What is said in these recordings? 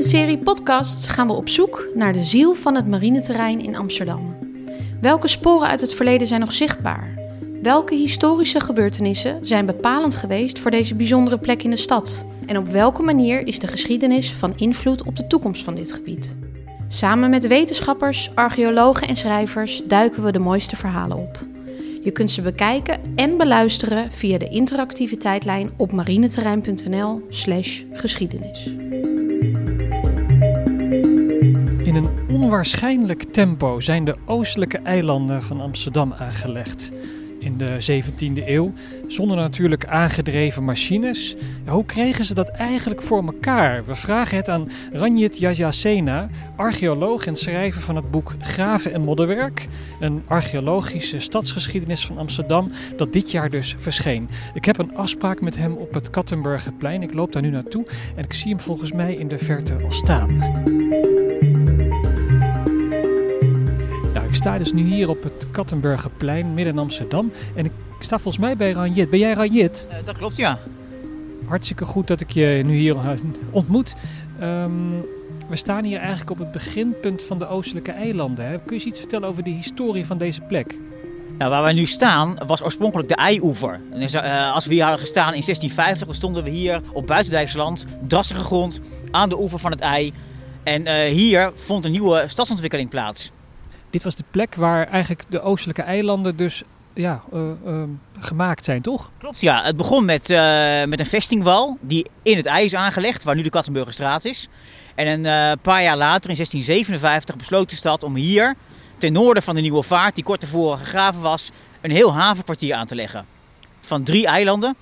serie podcasts gaan we op zoek naar de ziel van het marineterrein in Amsterdam. Welke sporen uit het verleden zijn nog zichtbaar? Welke historische gebeurtenissen zijn bepalend geweest voor deze bijzondere plek in de stad? En op welke manier is de geschiedenis van invloed op de toekomst van dit gebied? Samen met wetenschappers, archeologen en schrijvers duiken we de mooiste verhalen op. Je kunt ze bekijken en beluisteren via de interactieve tijdlijn op marineterrein.nl/geschiedenis. In een onwaarschijnlijk tempo zijn de oostelijke eilanden van Amsterdam aangelegd. In de 17e eeuw, zonder natuurlijk aangedreven machines. Ja, hoe kregen ze dat eigenlijk voor elkaar? We vragen het aan Ranjit Jajasena, archeoloog en schrijver van het boek Graven en Modderwerk. Een archeologische stadsgeschiedenis van Amsterdam dat dit jaar dus verscheen. Ik heb een afspraak met hem op het Kattenburgerplein. Ik loop daar nu naartoe en ik zie hem volgens mij in de verte al staan. Ik sta dus nu hier op het Kattenburgerplein, midden in Amsterdam. En ik sta volgens mij bij Ranjit. Ben jij Ranjit? Dat klopt, ja. Hartstikke goed dat ik je nu hier ontmoet. We staan hier eigenlijk op het beginpunt van de oostelijke eilanden. Hè? Kun je iets vertellen over de historie van deze plek? Nou, waar wij nu staan was oorspronkelijk de IJoever. Als we hier hadden gestaan in 1650, dan stonden we hier op buitendijks land, drassige grond, aan de oever van het IJ. En hier vond een nieuwe stadsontwikkeling plaats. Dit was de plek waar eigenlijk de oostelijke eilanden dus gemaakt zijn, toch? Klopt, ja. Het begon met een vestingwal die in het IJ is aangelegd, waar nu de Kattenburgerstraat is. En een paar jaar later, in 1657, besloot de stad om hier, ten noorden van de Nieuwe Vaart, die kort tevoren gegraven was, een heel havenkwartier aan te leggen. Van 3 eilanden.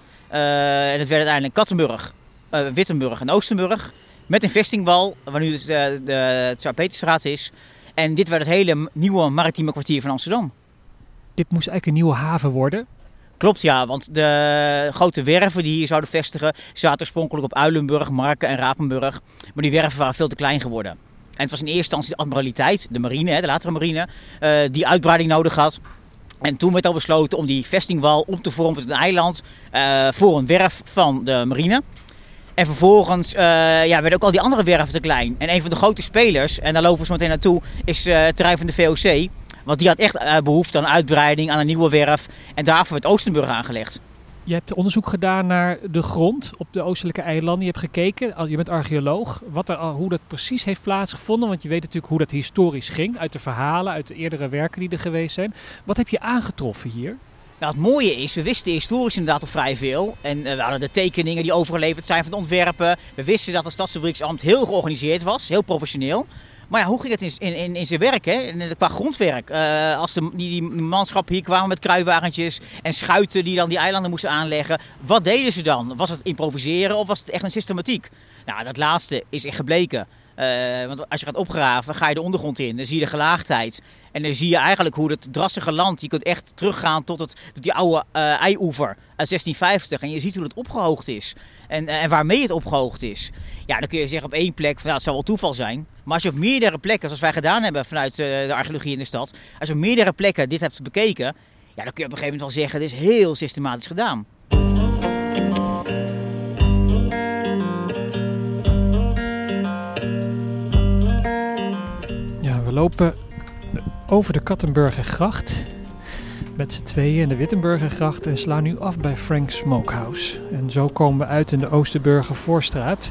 En het werd uiteindelijk Kattenburg, Wittenburg en Oostenburg. Met een vestingwal, waar nu de Tsar-Peterstraat is. En dit werd het hele nieuwe maritieme kwartier van Amsterdam. Dit moest eigenlijk een nieuwe haven worden? Klopt, ja. Want de grote werven die hier zouden vestigen zaten oorspronkelijk op Uilenburg, Marken en Rapenburg. Maar die werven waren veel te klein geworden. En het was in eerste instantie de admiraliteit, de marine, de latere marine, die uitbreiding nodig had. En toen werd al besloten om die vestingwal om te vormen tot een eiland voor een werf van de marine. En vervolgens werden ook al die andere werven te klein. En een van de grote spelers, en daar lopen we zo meteen naartoe, is het terrein van de VOC. Want die had echt behoefte aan uitbreiding, aan een nieuwe werf. En daarvoor werd Oostenburg aangelegd. Je hebt onderzoek gedaan naar de grond op de oostelijke eilanden. Je hebt gekeken, je bent archeoloog, hoe dat precies heeft plaatsgevonden. Want je weet natuurlijk hoe dat historisch ging, uit de verhalen, uit de eerdere werken die er geweest zijn. Wat heb je aangetroffen hier? Nou, het mooie is, we wisten historisch inderdaad al vrij veel. En we hadden de tekeningen die overgeleverd zijn van de ontwerpen. We wisten dat het Stadsfabrieksambt heel georganiseerd was, heel professioneel. Maar ja, hoe ging het in zijn werk, hè? Qua grondwerk? Als die manschappen hier kwamen met kruiwagentjes en schuiten die dan die eilanden moesten aanleggen. Wat deden ze dan? Was het improviseren of was het echt een systematiek? Nou, dat laatste is echt gebleken. Want als je gaat opgraven, ga je de ondergrond in. Dan zie je de gelaagdheid. En dan zie je eigenlijk hoe het drassige land... Je kunt echt teruggaan tot die oude IJoever uit 1650. En je ziet hoe het opgehoogd is. En waarmee het opgehoogd is. Ja, dan kun je zeggen op één plek... het zal wel toeval zijn. Maar als je op meerdere plekken, zoals wij gedaan hebben... vanuit de archeologie in de stad... als je op meerdere plekken dit hebt bekeken... ja, dan kun je op een gegeven moment wel zeggen... dit is heel systematisch gedaan. We lopen over de Kattenburgergracht met z'n tweeën in de Wittenburgergracht en slaan nu af bij Frank's Smokehouse. En zo komen we uit in de Oosterburgervoorstraat.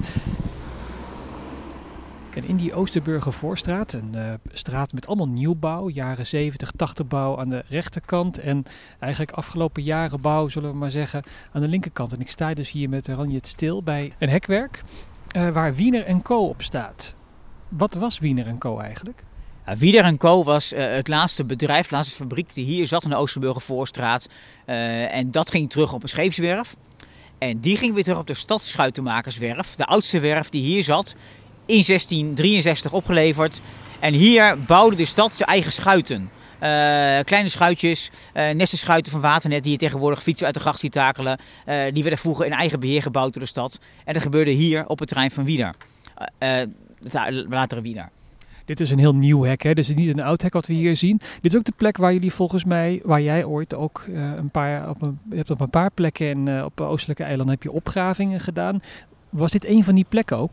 En in die Oosterburgervoorstraat, een straat met allemaal nieuwbouw, jaren 70, 80 bouw aan de rechterkant en eigenlijk afgelopen jaren bouw, zullen we maar zeggen, aan de linkerkant. En ik sta dus hier met Ranjit stil bij een hekwerk waar Wiener & Co op staat. Wat was Wiener & Co eigenlijk? Wiener & Co was het laatste bedrijf, de laatste fabriek die hier zat in de Oosterburgervoorstraat. En dat ging terug op een scheepswerf. En die ging weer terug op de Stadsschuitenmakerswerf, de oudste werf die hier zat, in 1663 opgeleverd. En hier bouwde de stad zijn eigen schuiten. Kleine schuitjes, nestenschuiten van Waternet die je tegenwoordig fietsen uit de gracht ziet takelen. Die werden vroeger in eigen beheer gebouwd door de stad. En dat gebeurde hier op het terrein van Wiener, latere Wiener. Dit is een heel nieuw hek, hè? Dus het is niet een oud hek wat we hier zien. Dit is ook de plek waar jullie volgens mij, waar jij ooit ook je hebt op een paar plekken op de oostelijke eilanden heb je opgravingen gedaan. Was dit een van die plekken ook?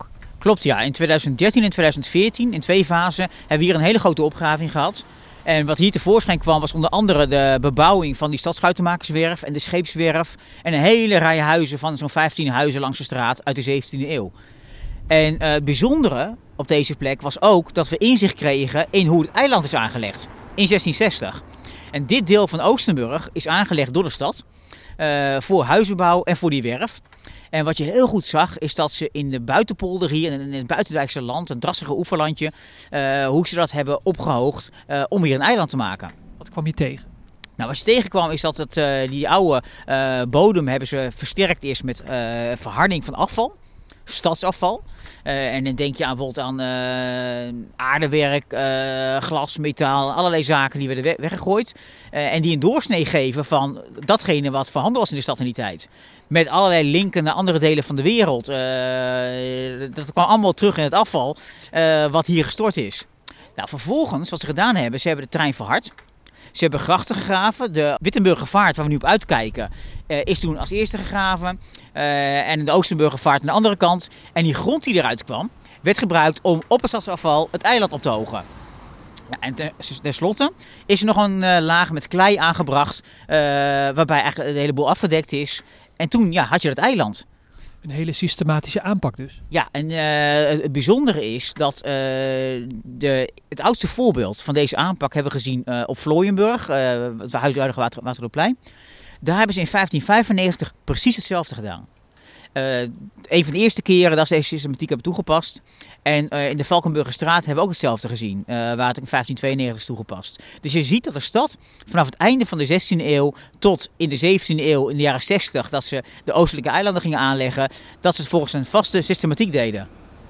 Klopt, ja. In 2013 en 2014, in 2 fasen, hebben we hier een hele grote opgraving gehad. En wat hier tevoorschijn kwam was onder andere de bebouwing van die Stadsschuitenmakerswerf en de Scheepswerf. En een hele rij huizen van zo'n 15 huizen langs de straat uit de 17e eeuw. En het bijzondere op deze plek was ook dat we inzicht kregen in hoe het eiland is aangelegd in 1660. En dit deel van Oostenburg is aangelegd door de stad voor huizenbouw en voor die werf. En wat je heel goed zag is dat ze in de buitenpolder hier, in het buitendijkse land, een drassige oeverlandje, hoe ze dat hebben opgehoogd om hier een eiland te maken. Wat kwam je tegen? Nou, wat je tegenkwam is dat die oude bodem hebben ze versterkt eerst met verharding van afval, stadsafval. En dan denk je aan bijvoorbeeld aan aardewerk, glas, metaal, allerlei zaken die werden weggegooid. En die een doorsnee geven van datgene wat voorhanden was in de stad in die tijd. Met allerlei linken naar andere delen van de wereld. Dat kwam allemaal terug in het afval wat hier gestort is. Nou, vervolgens, wat ze gedaan hebben, ze hebben de terrein verhard. Ze hebben grachten gegraven. De Wittenburgervaart, waar we nu op uitkijken, is toen als eerste gegraven. En de Oostenburgervaart aan de andere kant. En die grond die eruit kwam, werd gebruikt om op het stadsafval het eiland op te hogen. Ja, en tenslotte is er nog een laag met klei aangebracht, waarbij eigenlijk de hele boel afgedekt is. En toen had je dat eiland. Een hele systematische aanpak dus. Ja, en het bijzondere is dat het oudste voorbeeld van deze aanpak hebben we gezien op Vlooienburg, het huidige Waterloopplein. Daar hebben ze in 1595 precies hetzelfde gedaan. Een van de eerste keren dat ze deze systematiek hebben toegepast. En in de Valkenburgerstraat hebben we ook hetzelfde gezien, waar het in 1592 is toegepast. Dus je ziet dat de stad vanaf het einde van de 16e eeuw tot in de 17e eeuw, in de jaren 60, dat ze de oostelijke eilanden gingen aanleggen, dat ze het volgens een vaste systematiek deden.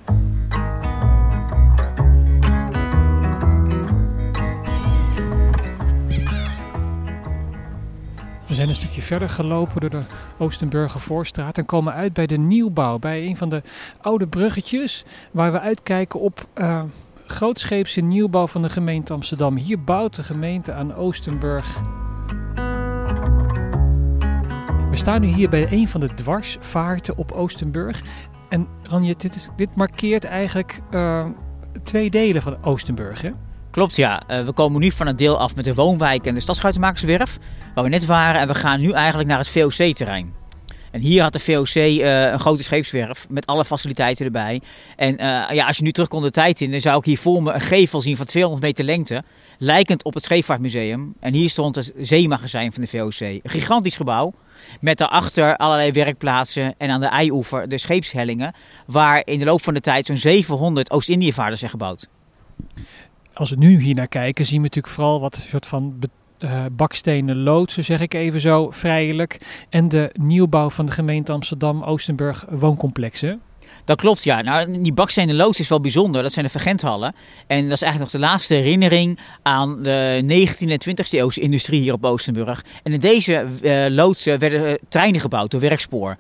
We zijn een stukje verder gelopen door de Oostenburger Voorstraat en komen uit bij de nieuwbouw. Bij een van de oude bruggetjes waar we uitkijken op grootscheepse nieuwbouw van de gemeente Amsterdam. Hier bouwt de gemeente aan Oostenburg. We staan nu hier bij een van de dwarsvaarten op Oostenburg. En Ranjet, dit markeert eigenlijk 2 delen van Oostenburg, hè? Klopt, ja. We komen nu van het deel af met de woonwijk en de Stadsschuitenmakerswerf, waar we net waren. En we gaan nu eigenlijk naar het VOC-terrein. En hier had de VOC een grote scheepswerf met alle faciliteiten erbij. En als je nu terugkomt de tijd in, dan zou ik hier voor me een gevel zien van 200 meter lengte, lijkend op het Scheepvaartmuseum. En hier stond het zeemagazijn van de VOC. Een gigantisch gebouw met daarachter allerlei werkplaatsen en aan de IJoever de scheepshellingen, waar in de loop van de tijd zo'n 700 Oost-Indiëvaarders zijn gebouwd. Als we nu hier naar kijken, zien we natuurlijk vooral wat soort van bakstenen loodsen, zeg ik even zo vrijelijk. En de nieuwbouw van de gemeente Amsterdam-Oostenburg wooncomplexen. Dat klopt, ja. Nou, die bakstenen loods is wel bijzonder. Dat zijn de Vergenthallen. En dat is eigenlijk nog de laatste herinnering aan de 19e en 20e eeuwse industrie hier op Oostenburg. En in deze loodsen werden treinen gebouwd door Werkspoor.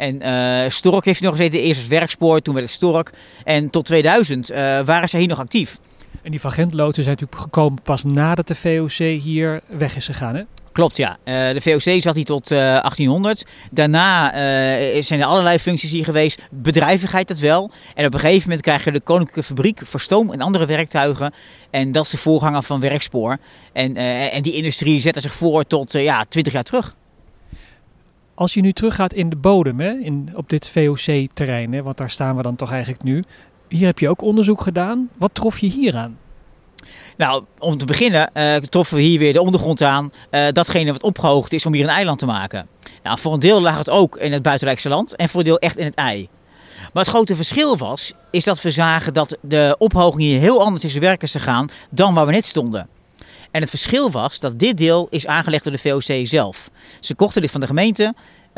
En Stork heeft nog eens eerst het Werkspoor, toen werd het Stork. En tot 2000 waren ze hier nog actief. En die Van Gent-loodsen zijn natuurlijk gekomen pas nadat de VOC hier weg is gegaan, hè? Klopt, ja. De VOC zat hier tot 1800. Daarna zijn er allerlei functies hier geweest. Bedrijvigheid dat wel. En op een gegeven moment krijg je de Koninklijke Fabriek voor stoom en andere werktuigen. En dat is de voorganger van Werkspoor. En die industrie zette zich voor tot 20 jaar terug. Als je nu teruggaat in de bodem, hè, op dit VOC-terrein, hè, want daar staan we dan toch eigenlijk nu. Hier heb je ook onderzoek gedaan. Wat trof je hier aan? Nou, om te beginnen troffen we hier weer de ondergrond aan. Datgene wat opgehoogd is om hier een eiland te maken. Nou, voor een deel lag het ook in het buitenrijkse land en voor een deel echt in het IJ. Maar het grote verschil is dat we zagen dat de ophoging hier heel anders in zijn werk is gegaan dan waar we net stonden. En het verschil was dat dit deel is aangelegd door de VOC zelf. Ze kochten dit van de gemeente,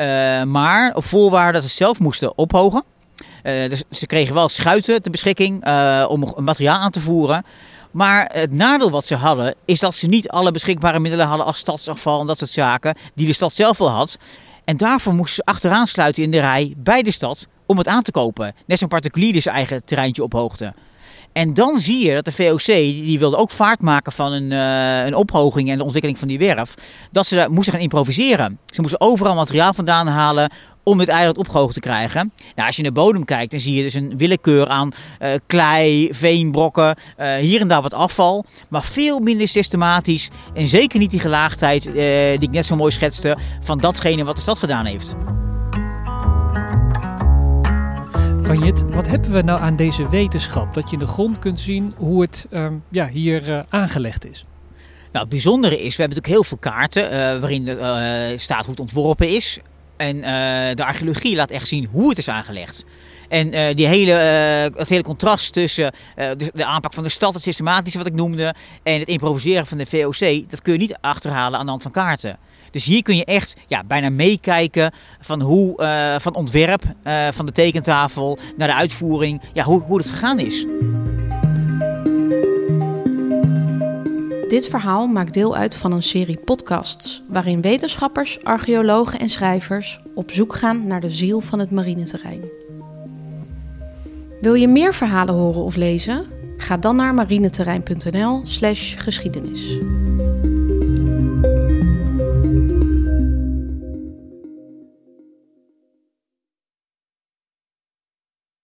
maar op voorwaarde dat ze zelf moesten ophogen. Dus ze kregen wel schuiten ter beschikking om materiaal aan te voeren. Maar het nadeel wat ze hadden is dat ze niet alle beschikbare middelen hadden als stadsafval en dat soort zaken die de stad zelf wel had. En daarvoor moesten ze achteraan sluiten in de rij bij de stad om het aan te kopen. Net zo'n particulier die zijn eigen terreintje ophoogde. En dan zie je dat de VOC, die wilde ook vaart maken van een ophoging en de ontwikkeling van die werf, dat ze daar moesten gaan improviseren. Ze moesten overal materiaal vandaan halen om dit eiland opgehoogd te krijgen. Nou, als je naar de bodem kijkt, dan zie je dus een willekeur aan klei, veenbrokken, hier en daar wat afval. Maar veel minder systematisch en zeker niet die gelaagdheid die ik net zo mooi schetste van datgene wat de stad gedaan heeft. Ranjit, wat hebben we nou aan deze wetenschap? Dat je in de grond kunt zien hoe het hier aangelegd is. Nou, het bijzondere is, we hebben natuurlijk heel veel kaarten waarin staat hoe het ontworpen is. En de archeologie laat echt zien hoe het is aangelegd. En het hele contrast tussen de aanpak van de stad, het systematische wat ik noemde, en het improviseren van de VOC, dat kun je niet achterhalen aan de hand van kaarten. Dus hier kun je echt bijna meekijken van van ontwerp, van de tekentafel naar de uitvoering, hoe het gegaan is. Dit verhaal maakt deel uit van een serie podcasts waarin wetenschappers, archeologen en schrijvers op zoek gaan naar de ziel van het marineterrein. Wil je meer verhalen horen of lezen? Ga dan naar marineterrein.nl/geschiedenis.